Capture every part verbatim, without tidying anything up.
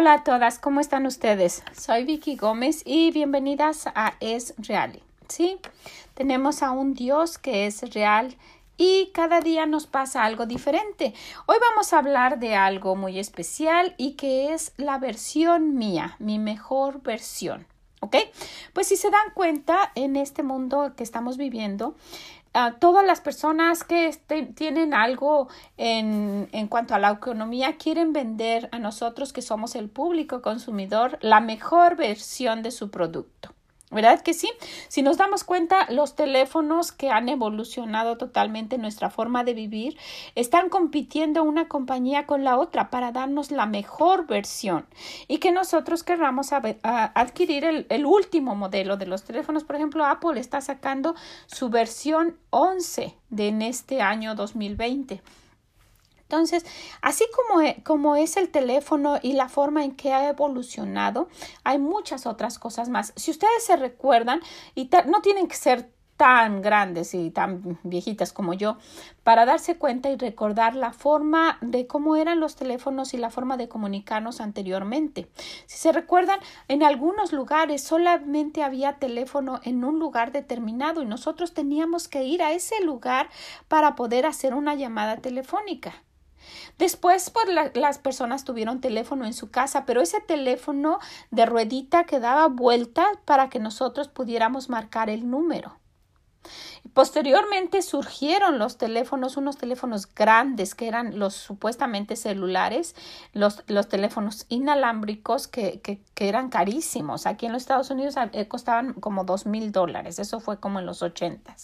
Hola a todas, ¿cómo están ustedes? Soy Vicky Gómez y bienvenidas a Es Real. Sí, tenemos a un Dios que es real y cada día nos pasa algo diferente. Hoy vamos a hablar de algo muy especial y que es la versión mía, mi mejor versión. ¿Ok? Pues si se dan cuenta, en este mundo que estamos viviendo, Uh, todas las personas que este, tienen algo en, en cuanto a la economía quieren vender a nosotros que somos el público consumidor la mejor versión de su producto. ¿Verdad que sí? Si nos damos cuenta, los teléfonos que han evolucionado totalmente nuestra forma de vivir están compitiendo una compañía con la otra para darnos la mejor versión y que nosotros querramos a, a adquirir el, el último modelo de los teléfonos. Por ejemplo, Apple está sacando su versión once de en este año dos mil veinte. Entonces, así como, como es el teléfono y la forma en que ha evolucionado, hay muchas otras cosas más. Si ustedes se recuerdan, y no tienen que ser tan grandes y tan viejitas como yo, para darse cuenta y recordar la forma de cómo eran los teléfonos y la forma de comunicarnos anteriormente. Si se recuerdan, en algunos lugares solamente había teléfono en un lugar determinado y nosotros teníamos que ir a ese lugar para poder hacer una llamada telefónica. Después, pues, la, las personas tuvieron teléfono en su casa, pero ese teléfono de ruedita que daba vuelta para que nosotros pudiéramos marcar el número. Posteriormente surgieron los teléfonos, unos teléfonos grandes que eran los supuestamente celulares, los, los teléfonos inalámbricos que, que, que eran carísimos. Aquí en los Estados Unidos eh, costaban como dos mil dólares. Eso fue como en los ochentas.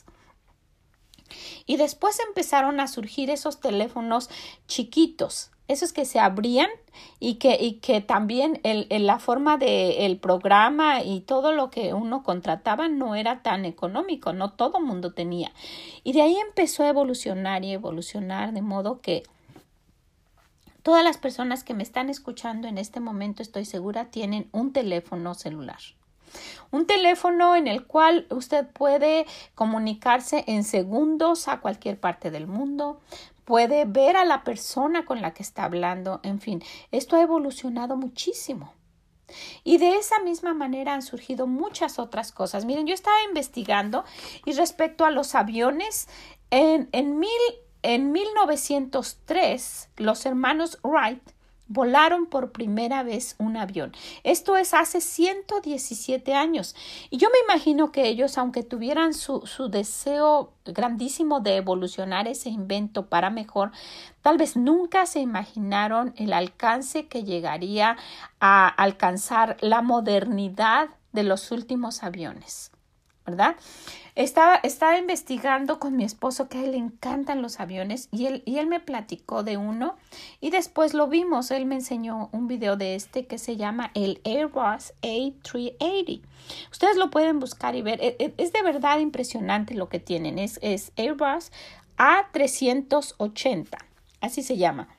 Y después empezaron a surgir esos teléfonos chiquitos, esos que se abrían y que, y que también el, el, la forma del programa y todo lo que uno contrataba no era tan económico, no todo mundo tenía. Y de ahí empezó a evolucionar y evolucionar de modo que todas las personas que me están escuchando en este momento, estoy segura, tienen un teléfono celular. Un teléfono en el cual usted puede comunicarse en segundos a cualquier parte del mundo, puede ver a la persona con la que está hablando, en fin, esto ha evolucionado muchísimo. Y de esa misma manera han surgido muchas otras cosas. Miren, yo estaba investigando y respecto a los aviones, en, en, mil, en mil novecientos tres los hermanos Wright volaron por primera vez un avión. Esto es hace ciento diecisiete años. Y yo me imagino que ellos, aunque tuvieran su, su deseo grandísimo de evolucionar ese invento para mejor, tal vez nunca se imaginaron el alcance que llegaría a alcanzar la modernidad de los últimos aviones, ¿verdad? Estaba, estaba investigando con mi esposo que a él le encantan los aviones y él, y él me platicó de uno y después lo vimos. Él me enseñó un video de este que se llama el Airbus A trescientos ochenta. Ustedes lo pueden buscar y ver. Es, es de verdad impresionante lo que tienen. Es, es Airbus A trescientos ochenta. Así se llama.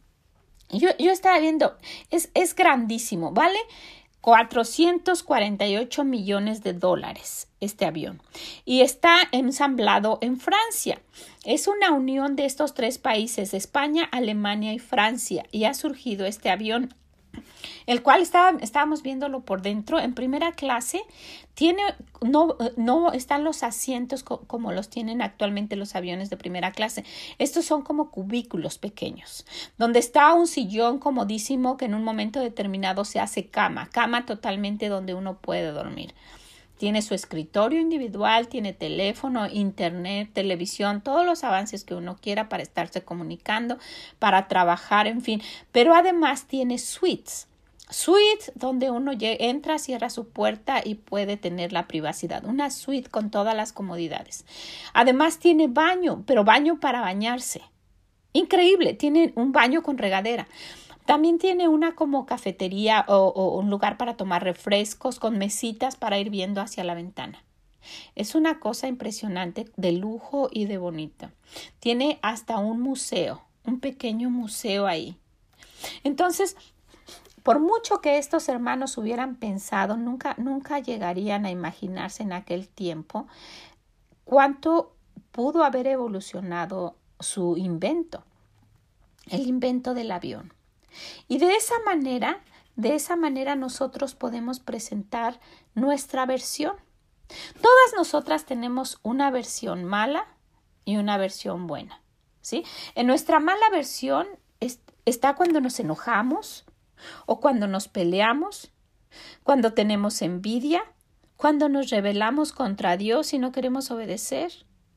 Yo, yo estaba viendo. Es, es grandísimo, ¿vale? cuatrocientos cuarenta y ocho millones de dólares este avión y está ensamblado en Francia. Es una unión de estos tres países, España, Alemania y Francia, y ha surgido este avión, el cual estaba, estábamos viéndolo por dentro en primera clase. Tiene, no, no están los asientos co- como los tienen actualmente los aviones de primera clase. Estos son como cubículos pequeños, donde está un sillón comodísimo que en un momento determinado se hace cama, cama totalmente donde uno puede dormir. Tiene su escritorio individual, tiene teléfono, internet, televisión, todos los avances que uno quiera para estarse comunicando, para trabajar, en fin. Pero además tiene suites. Suite donde uno entra, cierra su puerta y puede tener la privacidad. Una suite con todas las comodidades. Además tiene baño, pero baño para bañarse. Increíble, tiene un baño con regadera. También tiene una como cafetería o, o un lugar para tomar refrescos con mesitas para ir viendo hacia la ventana. Es una cosa impresionante de lujo y de bonito. Tiene hasta un museo, un pequeño museo ahí. Entonces, por mucho que estos hermanos hubieran pensado, nunca, nunca llegarían a imaginarse en aquel tiempo cuánto pudo haber evolucionado su invento, el invento del avión. Y de esa manera De esa manera nosotros podemos presentar nuestra versión. Todas nosotras tenemos una versión mala y una versión buena, ¿sí? En nuestra mala versión es, está cuando nos enojamos o cuando nos peleamos, cuando tenemos envidia, cuando nos rebelamos contra Dios y no queremos obedecer,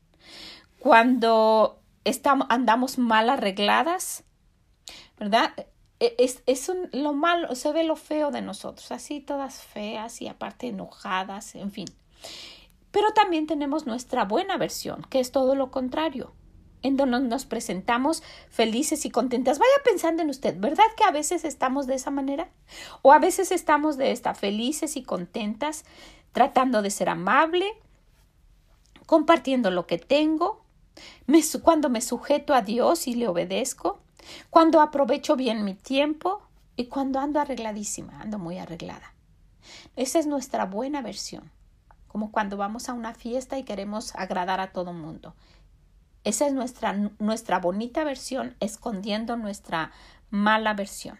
cuando estamos, andamos mal arregladas, ¿verdad? Es, es un, lo malo, se ve lo feo de nosotros, así todas feas y aparte enojadas, en fin. Pero también tenemos nuestra buena versión, que es todo lo contrario, en donde nos presentamos felices y contentas. Vaya pensando en usted, ¿verdad que a veces estamos de esa manera? O a veces estamos de esta, felices y contentas, tratando de ser amable, compartiendo lo que tengo, me, cuando me sujeto a Dios y le obedezco, cuando aprovecho bien mi tiempo y cuando ando arregladísima, ando muy arreglada. Esa es nuestra buena versión, como cuando vamos a una fiesta y queremos agradar a todo mundo. Esa es nuestra, nuestra bonita versión, escondiendo nuestra mala versión.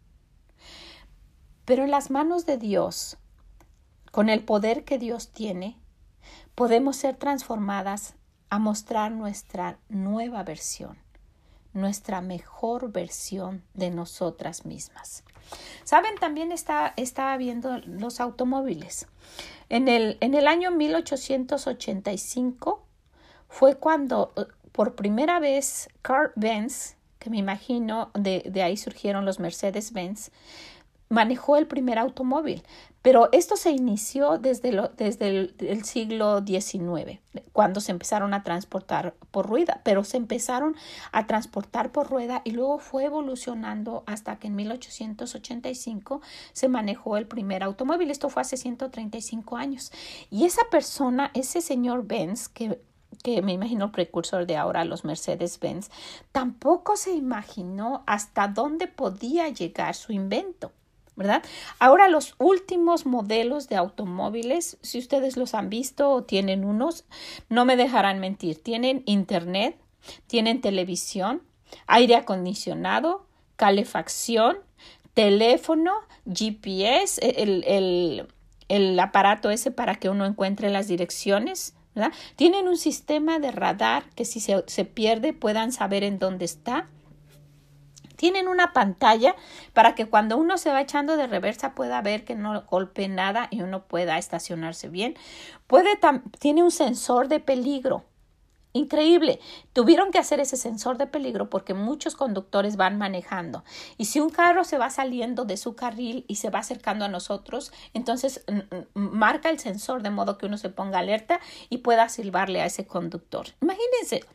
Pero en las manos de Dios, con el poder que Dios tiene, podemos ser transformadas a mostrar nuestra nueva versión, nuestra mejor versión de nosotras mismas. Saben, también está, estaba viendo los automóviles. En el, en el año mil ochocientos ochenta y cinco fue cuando por primera vez Carl Benz, que me imagino de, de ahí surgieron los Mercedes-Benz, manejó el primer automóvil. Pero esto se inició desde, lo, desde el, el siglo diecinueve, cuando se empezaron a transportar por rueda, pero se empezaron a transportar por rueda y luego fue evolucionando hasta que en mil ochocientos ochenta y cinco se manejó el primer automóvil. Esto fue hace ciento treinta y cinco años. Y esa persona, ese señor Benz, que que me imagino el precursor de ahora, los Mercedes-Benz, tampoco se imaginó hasta dónde podía llegar su invento, ¿verdad? Ahora los últimos modelos de automóviles, si ustedes los han visto o tienen unos, no me dejarán mentir, tienen internet, tienen televisión, aire acondicionado, calefacción, teléfono, G P S, el, el, el aparato ese para que uno encuentre las direcciones, ¿verdad? Tienen un sistema de radar que si se, se pierde puedan saber en dónde está. Tienen una pantalla para que cuando uno se va echando de reversa pueda ver que no golpee nada y uno pueda estacionarse bien. Puede tam- tiene un sensor de peligro. Increíble. Tuvieron que hacer ese sensor de peligro porque muchos conductores van manejando. Y si un carro se va saliendo de su carril y se va acercando a nosotros, entonces marca el sensor de modo que uno se ponga alerta y pueda silbarle a ese conductor. Imagínense.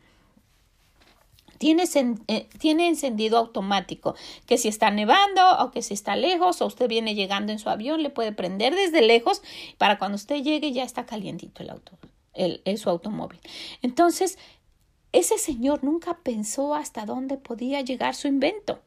Tiene, eh, tiene encendido automático, que si está nevando o que si está lejos o usted viene llegando en su avión, le puede prender desde lejos para cuando usted llegue ya está calientito el auto, el, el, su automóvil. Entonces, ese señor nunca pensó hasta dónde podía llegar su invento.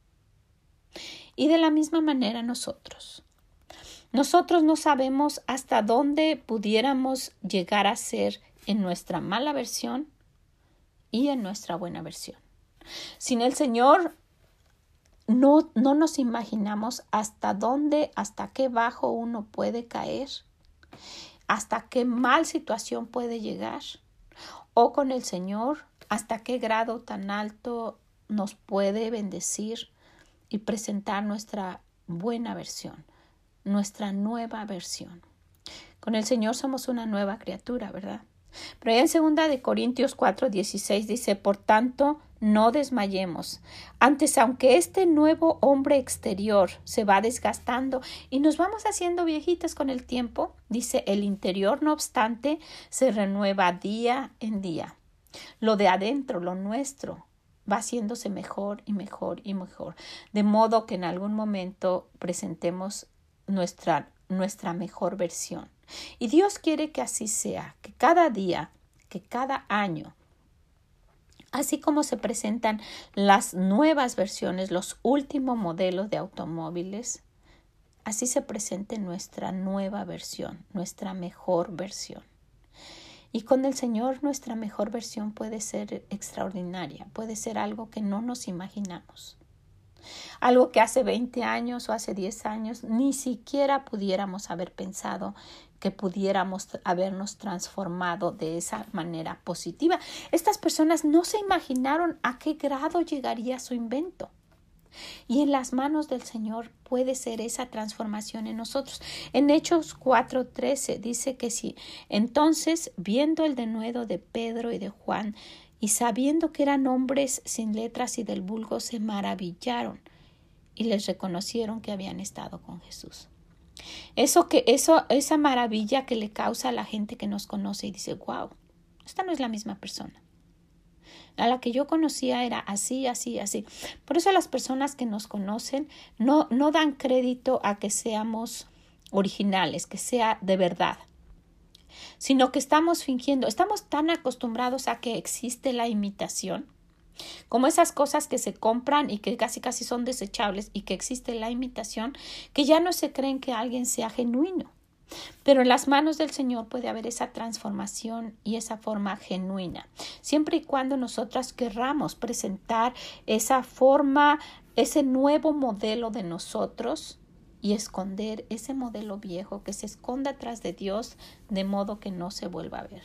Y de la misma manera nosotros. Nosotros no sabemos hasta dónde pudiéramos llegar a ser en nuestra mala versión y en nuestra buena versión. Sin el Señor no, no nos imaginamos hasta dónde, hasta qué bajo uno puede caer, hasta qué mal situación puede llegar, o con el Señor hasta qué grado tan alto nos puede bendecir y presentar nuestra buena versión, nuestra nueva versión. Con el Señor somos una nueva criatura, ¿verdad? Pero allá en segunda de Corintios cuatro dieciséis dice, por tanto, no desmayemos. Antes, aunque este nuevo hombre exterior se va desgastando y nos vamos haciendo viejitas con el tiempo, dice, el interior, no obstante, se renueva día en día. Lo de adentro, lo nuestro, va haciéndose mejor y mejor y mejor. De modo que en algún momento presentemos nuestra, nuestra mejor versión. Y Dios quiere que así sea, que cada día, que cada año, así como se presentan las nuevas versiones, los últimos modelos de automóviles, así se presente nuestra nueva versión, nuestra mejor versión. Y con el Señor nuestra mejor versión puede ser extraordinaria, puede ser algo que no nos imaginamos. Algo que hace veinte años o hace diez años ni siquiera pudiéramos haber pensado que pudiéramos habernos transformado de esa manera positiva. Estas personas no se imaginaron a qué grado llegaría su invento. Y en las manos del Señor puede ser esa transformación en nosotros. En Hechos cuatro trece dice que si entonces, viendo el denuedo de Pedro y de Juan, y sabiendo que eran hombres sin letras y del vulgo, se maravillaron y les reconocieron que habían estado con Jesús. Eso que, eso, esa maravilla que le causa a la gente que nos conoce y dice, wow, esta no es la misma persona. A la que yo conocía era así, así, así. Por eso las personas que nos conocen no, no dan crédito a que seamos originales, que sea de verdad, sino que estamos fingiendo. Estamos tan acostumbrados a que existe la imitación, como esas cosas que se compran y que casi casi son desechables, y que existe la imitación, que ya no se creen que alguien sea genuino. Pero en las manos del Señor puede haber esa transformación y esa forma genuina, siempre y cuando nosotras querramos presentar esa forma, ese nuevo modelo de nosotros y esconder ese modelo viejo que se esconda atrás de Dios, de modo que no se vuelva a ver.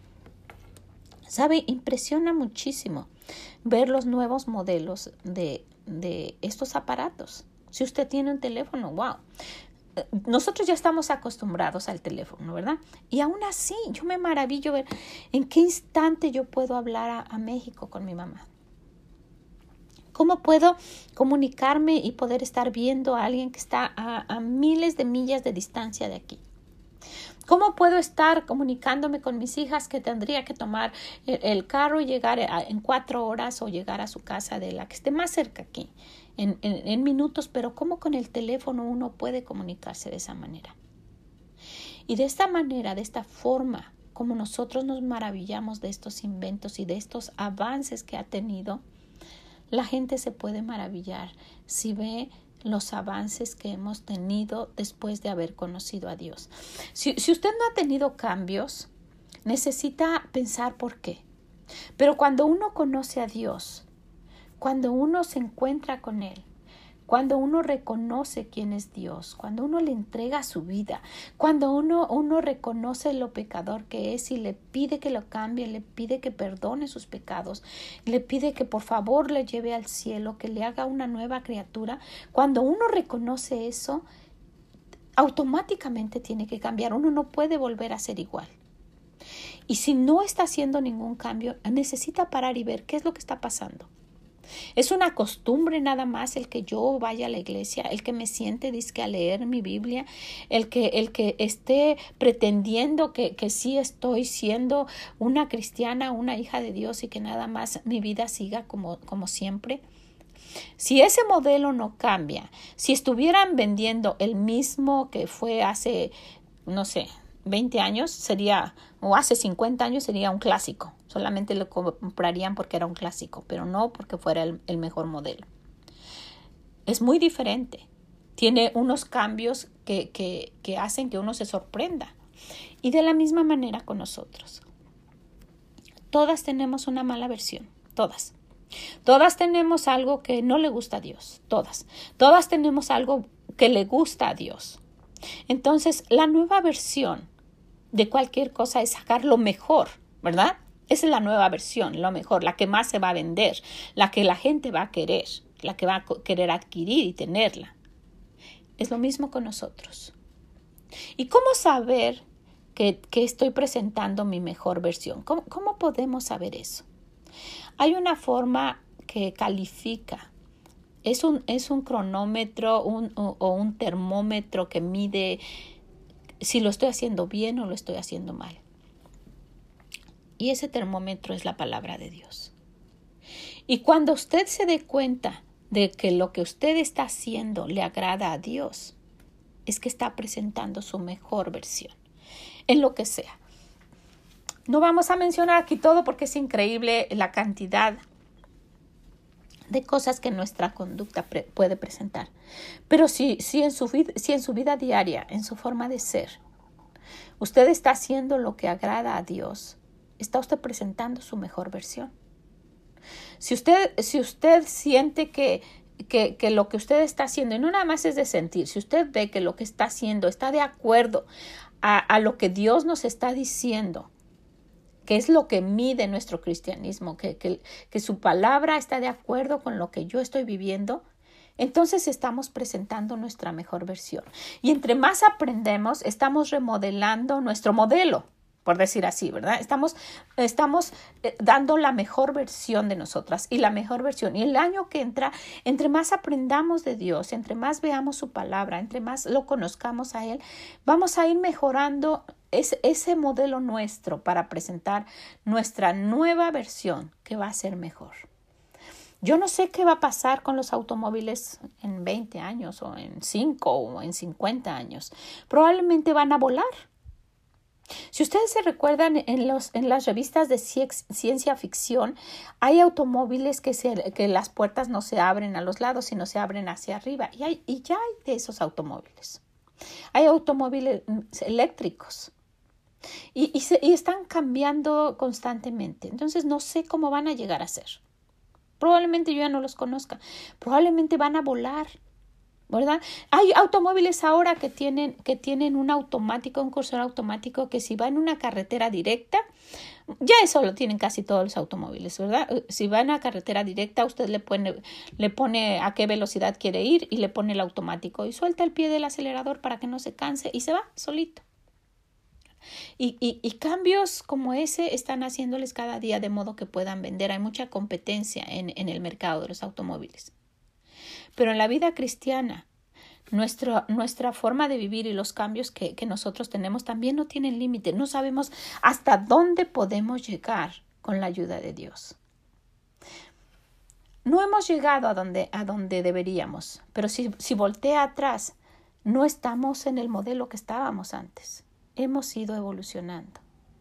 ¿Sabe? Impresiona muchísimo ver los nuevos modelos de, de estos aparatos. Si usted tiene un teléfono, wow. Nosotros ya estamos acostumbrados al teléfono, ¿verdad? Y aún así, yo me maravillo ver en qué instante yo puedo hablar a, a México con mi mamá. ¿Cómo puedo comunicarme y poder estar viendo a alguien que está a, a miles de millas de distancia de aquí? ¿Cómo puedo estar comunicándome con mis hijas que tendría que tomar el, el carro y llegar a, en cuatro horas o llegar a su casa de la que esté más cerca aquí? En, en, en minutos, pero cómo con el teléfono uno puede comunicarse de esa manera. Y de esta manera, de esta forma, como nosotros nos maravillamos de estos inventos y de estos avances que ha tenido, la gente se puede maravillar si ve los avances que hemos tenido después de haber conocido a Dios. Si, si usted no ha tenido cambios, necesita pensar por qué. Pero cuando uno conoce a Dios, cuando uno se encuentra con Él, cuando uno reconoce quién es Dios, cuando uno le entrega su vida, cuando uno, uno reconoce lo pecador que es y le pide que lo cambie, le pide que perdone sus pecados, le pide que por favor le lleve al cielo, que le haga una nueva criatura, cuando uno reconoce eso, automáticamente tiene que cambiar. Uno no puede volver a ser igual. Y si no está haciendo ningún cambio, necesita parar y ver qué es lo que está pasando. Es una costumbre nada más el que yo vaya a la iglesia, el que me siente dizque a leer mi Biblia, el que, el que esté pretendiendo que, que sí estoy siendo una cristiana, una hija de Dios y que nada más mi vida siga como, como siempre. Si ese modelo no cambia, si estuvieran vendiendo el mismo que fue hace, no sé, veinte años, sería, o hace cincuenta años sería un clásico. Solamente lo comprarían porque era un clásico, pero no porque fuera el, el mejor modelo. Es muy diferente. Tiene unos cambios que, que, que hacen que uno se sorprenda. Y de la misma manera con nosotros. Todas tenemos una mala versión. Todas. Todas tenemos algo que no le gusta a Dios. Todas. Todas tenemos algo que le gusta a Dios. Entonces, la nueva versión de cualquier cosa es sacar lo mejor, ¿verdad? Esa es la nueva versión, lo mejor, la que más se va a vender, la que la gente va a querer, la que va a querer adquirir y tenerla. Es lo mismo con nosotros. ¿Y cómo saber que, que estoy presentando mi mejor versión? ¿Cómo, cómo podemos saber eso? Hay una forma que califica. Es un, es un cronómetro un, o, o un termómetro que mide si lo estoy haciendo bien o lo estoy haciendo mal. Y ese termómetro es la palabra de Dios. Y cuando usted se dé cuenta de que lo que usted está haciendo le agrada a Dios, es que está presentando su mejor versión, en lo que sea. No vamos a mencionar aquí todo porque es increíble la cantidad de cosas que nuestra conducta pre- puede presentar. Pero si, si, en su vid- si en su vida diaria, en su forma de ser, usted está haciendo lo que agrada a Dios, está usted presentando su mejor versión. Si usted, si usted siente que que, que lo que usted está haciendo, y no nada más es de sentir, si usted ve que lo que está haciendo está de acuerdo a, a lo que Dios nos está diciendo, que es lo que mide nuestro cristianismo, que, que, que su palabra está de acuerdo con lo que yo estoy viviendo, entonces estamos presentando nuestra mejor versión. Y entre más aprendemos, estamos remodelando nuestro modelo, por decir así, ¿verdad? Estamos, estamos dando la mejor versión de nosotras y la mejor versión. Y el año que entra, entre más aprendamos de Dios, entre más veamos su palabra, entre más lo conozcamos a Él, vamos a ir mejorando ese, ese modelo nuestro para presentar nuestra nueva versión que va a ser mejor. Yo no sé qué va a pasar con los automóviles en veinte años o en cinco o en cincuenta años. Probablemente van a volar. Si ustedes se recuerdan, en, los, en las revistas de ciencia ficción hay automóviles que, se, que las puertas no se abren a los lados, sino se abren hacia arriba. Y, hay, y ya hay de esos automóviles. Hay automóviles eléctricos. Y, y, se, y están cambiando constantemente. Entonces no sé cómo van a llegar a ser. Probablemente yo ya no los conozca. Probablemente van a volar, ¿verdad? Hay automóviles ahora que tienen, que tienen un automático, un cursor automático que si va en una carretera directa, ya eso lo tienen casi todos los automóviles, ¿verdad? Si va en una carretera directa, usted le pone, le pone a qué velocidad quiere ir y le pone el automático y suelta el pie del acelerador para que no se canse y se va solito. Y, y, y cambios como ese están haciéndoles cada día de modo que puedan vender. Hay mucha competencia en, en el mercado de los automóviles. Pero en la vida cristiana, nuestro, nuestra forma de vivir y los cambios que, que nosotros tenemos también no tienen límite. No sabemos hasta dónde podemos llegar con la ayuda de Dios. No hemos llegado a donde, a donde deberíamos, pero si, si voltea atrás, no estamos en el modelo que estábamos antes. Hemos ido evolucionando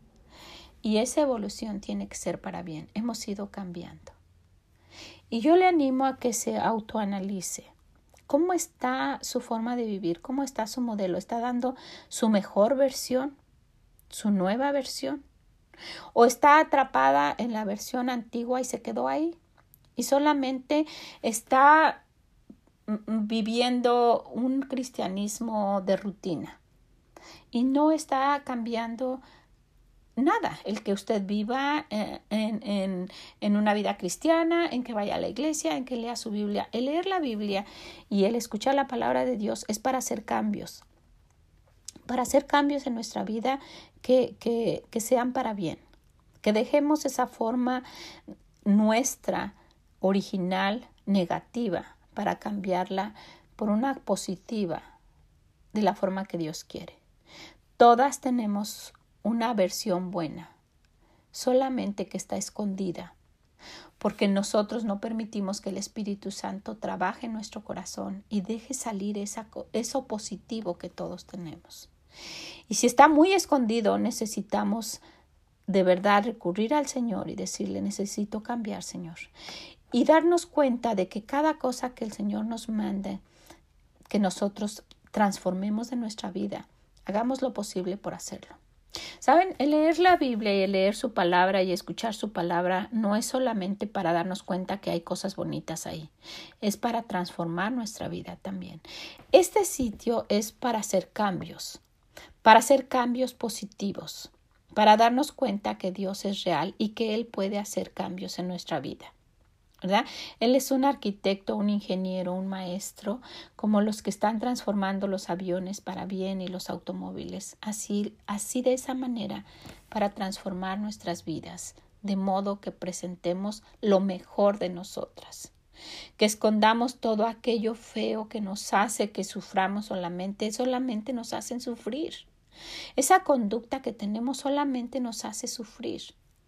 y esa evolución tiene que ser para bien. Hemos ido cambiando. Y yo le animo a que se autoanalice. ¿Cómo está su forma de vivir? ¿Cómo está su modelo? ¿Está dando su mejor versión? ¿Su nueva versión? ¿O está atrapada en la versión antigua y se quedó ahí? Y solamente está viviendo un cristianismo de rutina. Y no está cambiando nada, el que usted viva en, en, en una vida cristiana, en que vaya a la iglesia, en que lea su Biblia. El leer la Biblia y el escuchar la palabra de Dios es para hacer cambios, para hacer cambios en nuestra vida que, que, que sean para bien, que dejemos esa forma nuestra, original, negativa, para cambiarla por una positiva de la forma que Dios quiere. Todas tenemos una versión buena, solamente que está escondida, porque nosotros no permitimos que el Espíritu Santo trabaje en nuestro corazón y deje salir esa, eso positivo que todos tenemos. Y si está muy escondido, necesitamos de verdad recurrir al Señor y decirle, necesito cambiar, Señor. Y darnos cuenta de que cada cosa que el Señor nos mande, que nosotros transformemos en nuestra vida, hagamos lo posible por hacerlo. ¿Saben? El leer la Biblia y el leer su palabra y escuchar su palabra no es solamente para darnos cuenta que hay cosas bonitas ahí. Es para transformar nuestra vida también. Este sitio es para hacer cambios, para hacer cambios positivos, para darnos cuenta que Dios es real y que Él puede hacer cambios en nuestra vida, ¿verdad? Él es un arquitecto, un ingeniero, un maestro, como los que están transformando los aviones para bien y los automóviles. Así, así de esa manera, para transformar nuestras vidas, de modo que presentemos lo mejor de nosotras. Que escondamos todo aquello feo que nos hace que suframos solamente, solamente nos hacen sufrir. Esa conducta que tenemos solamente nos hace sufrir.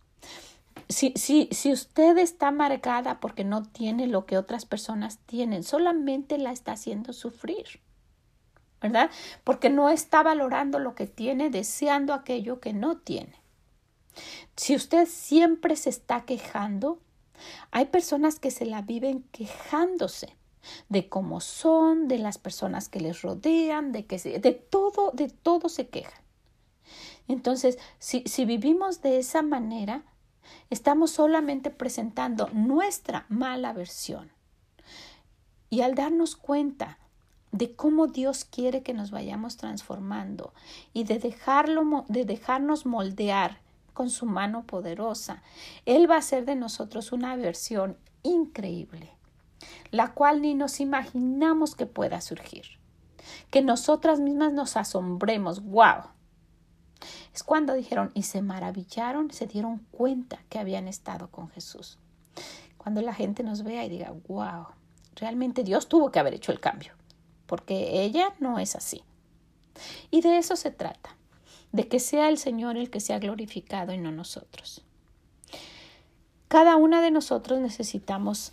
Si, si, si usted está amargada porque no tiene lo que otras personas tienen, solamente la está haciendo sufrir, ¿verdad? Porque no está valorando lo que tiene, deseando aquello que no tiene. Si usted siempre se está quejando, hay personas que se la viven quejándose de cómo son, de las personas que les rodean, de que se, de todo, de todo se quejan. Entonces, si, si vivimos de esa manera, estamos solamente presentando nuestra mala versión. Y al darnos cuenta de cómo Dios quiere que nos vayamos transformando y de, dejarlo, de dejarnos moldear con su mano poderosa, Él va a hacer de nosotros una versión increíble, la cual ni nos imaginamos que pueda surgir. Que nosotras mismas nos asombremos. ¡Wow! Es cuando dijeron y se maravillaron, se dieron cuenta que habían estado con Jesús. Cuando la gente nos vea y diga, ¡wow! Realmente Dios tuvo que haber hecho el cambio, porque ella no es así. Y de eso se trata, de que sea el Señor el que sea glorificado y no nosotros. Cada una de nosotros necesitamos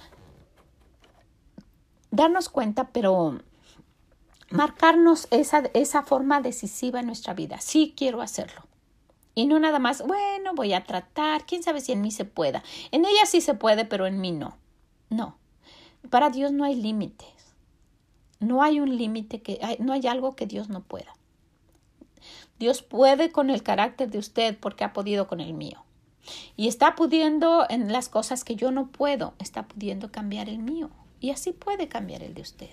darnos cuenta, pero marcarnos esa, esa forma decisiva en nuestra vida. Sí quiero hacerlo. Y no nada más, bueno, voy a tratar, quién sabe si en mí se pueda. En ella sí se puede, pero en mí no. No. Para Dios no hay límites. No hay un límite, que hay, no hay algo que Dios no pueda. Dios puede con el carácter de usted porque ha podido con el mío. Y está pudiendo en las cosas que yo no puedo, está pudiendo cambiar el mío. Y así puede cambiar el de usted.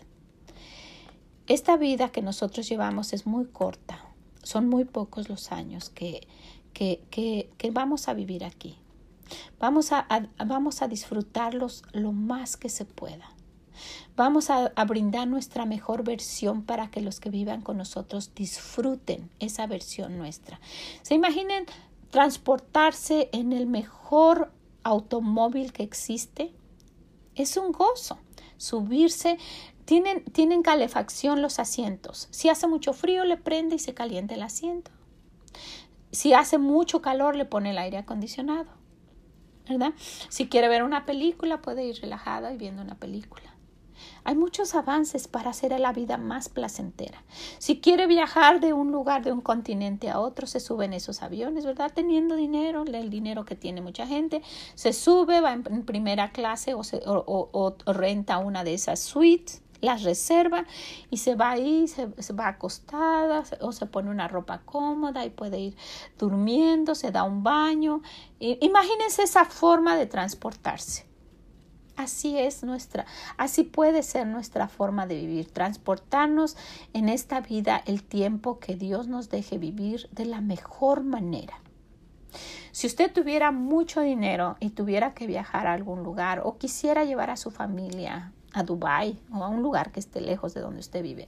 Esta vida que nosotros llevamos es muy corta. Son muy pocos los años que, que, que, que vamos a vivir aquí. Vamos a, a, vamos a disfrutarlos lo más que se pueda. Vamos a, a brindar nuestra mejor versión para que los que vivan con nosotros disfruten esa versión nuestra. ¿Se imaginen transportarse en el mejor automóvil que existe? Es un gozo. Subirse, tienen, tienen calefacción los asientos. Si hace mucho frío, le prende y se calienta el asiento. Si hace mucho calor, le pone el aire acondicionado, ¿verdad? Si quiere ver una película, puede ir relajada y viendo una película. Hay muchos avances para hacer la vida más placentera. Si quiere viajar de un lugar, de un continente a otro, se sube en esos aviones, ¿verdad? Teniendo dinero, el dinero que tiene mucha gente, se sube, va en, en primera clase o, se, o, o, o renta una de esas suites, las reserva y se va ahí, se, se va acostada o se pone una ropa cómoda y puede ir durmiendo, se da un baño. Y, imagínense esa forma de transportarse. Así es nuestra, así puede ser nuestra forma de vivir, transportarnos en esta vida el tiempo que Dios nos deje vivir de la mejor manera. Si usted tuviera mucho dinero y tuviera que viajar a algún lugar o quisiera llevar a su familia a Dubái o a un lugar que esté lejos de donde usted vive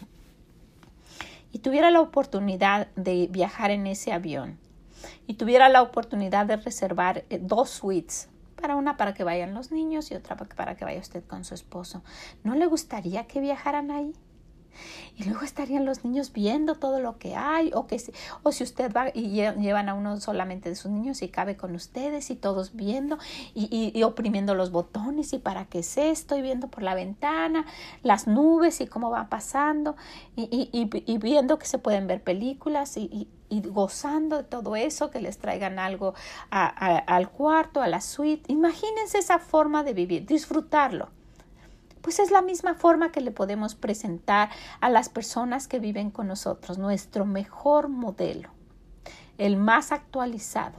y tuviera la oportunidad de viajar en ese avión y tuviera la oportunidad de reservar dos suites, para una para que vayan los niños y otra para que vaya usted con su esposo, ¿no le gustaría que viajaran ahí? Y luego estarían los niños viendo todo lo que hay, o que si, o si usted va y llevan a uno solamente de sus niños y cabe con ustedes y todos viendo y, y, y oprimiendo los botones y para qué es esto y viendo por la ventana las nubes y cómo va pasando y, y, y, y viendo que se pueden ver películas y, y, y gozando de todo eso, que les traigan algo a, a, al cuarto, a la suite. Imagínense esa forma de vivir, disfrutarlo. Pues es la misma forma que le podemos presentar a las personas que viven con nosotros, nuestro mejor modelo, el más actualizado,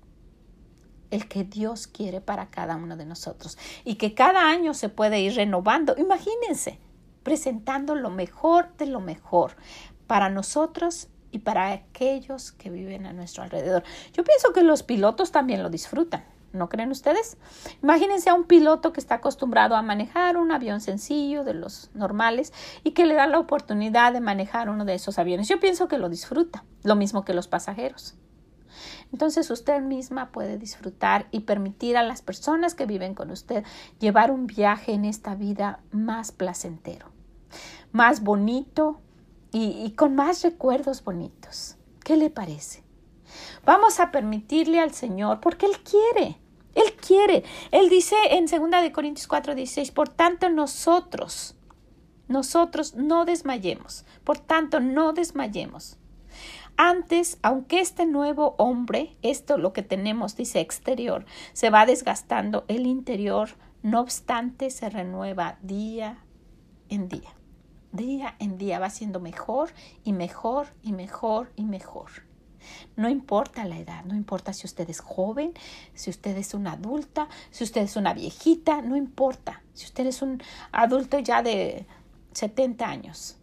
el que Dios quiere para cada uno de nosotros y que cada año se puede ir renovando. Imagínense, presentando lo mejor de lo mejor para nosotros y para aquellos que viven a nuestro alrededor. Yo pienso que los pilotos también lo disfrutan. ¿No creen ustedes? Imagínense a un piloto que está acostumbrado a manejar un avión sencillo de los normales y que le dan la oportunidad de manejar uno de esos aviones. Yo pienso que lo disfruta, lo mismo que los pasajeros. Entonces usted misma puede disfrutar y permitir a las personas que viven con usted llevar un viaje en esta vida más placentero, más bonito y, y con más recuerdos bonitos. ¿Qué le parece? Vamos a permitirle al Señor porque Él quiere. Él quiere. Él dice en segunda de Corintios cuatro dieciséis, por tanto nosotros, nosotros no desmayemos. Por tanto no desmayemos. Antes, aunque este nuevo hombre, esto lo que tenemos, dice exterior, se va desgastando, el interior, no obstante, se renueva día en día. Día en día va siendo mejor y mejor y mejor y mejor. No importa la edad, no importa si usted es joven, si usted es una adulta, si usted es una viejita, no importa. Si usted es un adulto ya de setenta años.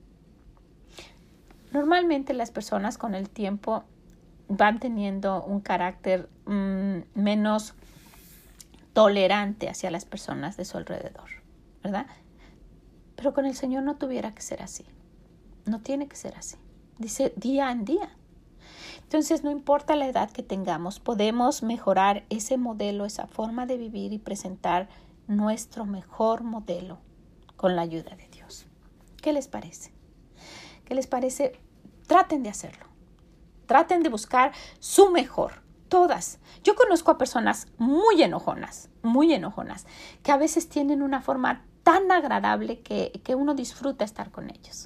Normalmente las personas con el tiempo van teniendo un carácter mmm, menos tolerante hacia las personas de su alrededor, ¿verdad? Pero con el Señor no tuviera que ser así. No tiene que ser así. Dice día en día. Entonces, no importa la edad que tengamos, podemos mejorar ese modelo, esa forma de vivir y presentar nuestro mejor modelo con la ayuda de Dios. ¿Qué les parece? ¿Qué les parece? Traten de hacerlo. Traten de buscar su mejor. Todas. Yo conozco a personas muy enojonas, muy enojonas, que a veces tienen una forma tan agradable que, que uno disfruta estar con ellos.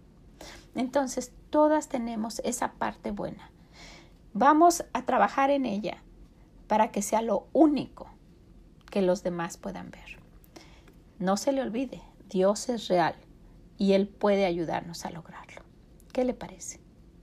Entonces, todas tenemos esa parte buena. Vamos a trabajar en ella para que sea lo único que los demás puedan ver. No se le olvide, Dios es real y Él puede ayudarnos a lograrlo. ¿Qué le parece?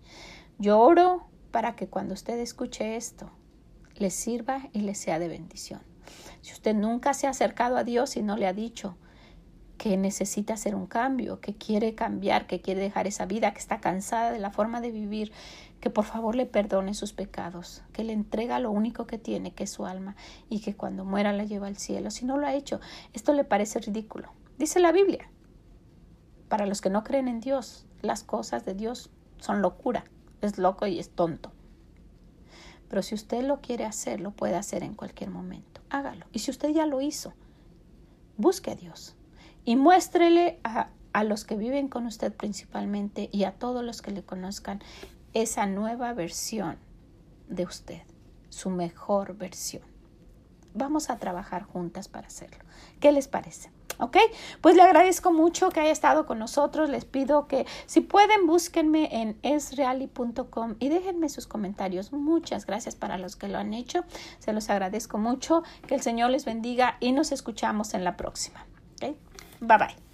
Yo oro para que cuando usted escuche esto, le sirva y le sea de bendición. Si usted nunca se ha acercado a Dios y no le ha dicho que necesita hacer un cambio, que quiere cambiar, que quiere dejar esa vida, que está cansada de la forma de vivir, que por favor le perdone sus pecados, que le entrega lo único que tiene, que es su alma, y que cuando muera la lleva al cielo. Si no lo ha hecho, esto le parece ridículo. Dice la Biblia, para los que no creen en Dios, las cosas de Dios son locura, es loco y es tonto. Pero si usted lo quiere hacer, lo puede hacer en cualquier momento. Hágalo. Y si usted ya lo hizo, busque a Dios. Y muéstrele a, a los que viven con usted principalmente y a todos los que le conozcan esa nueva versión de usted, su mejor versión. Vamos a trabajar juntas para hacerlo. ¿Qué les parece? ¿Ok? Pues le agradezco mucho que haya estado con nosotros. Les pido que si pueden búsquenme en es reali punto com y déjenme sus comentarios. Muchas gracias para los que lo han hecho. Se los agradezco mucho. Que el Señor les bendiga y nos escuchamos en la próxima. ¿Ok? Bye bye.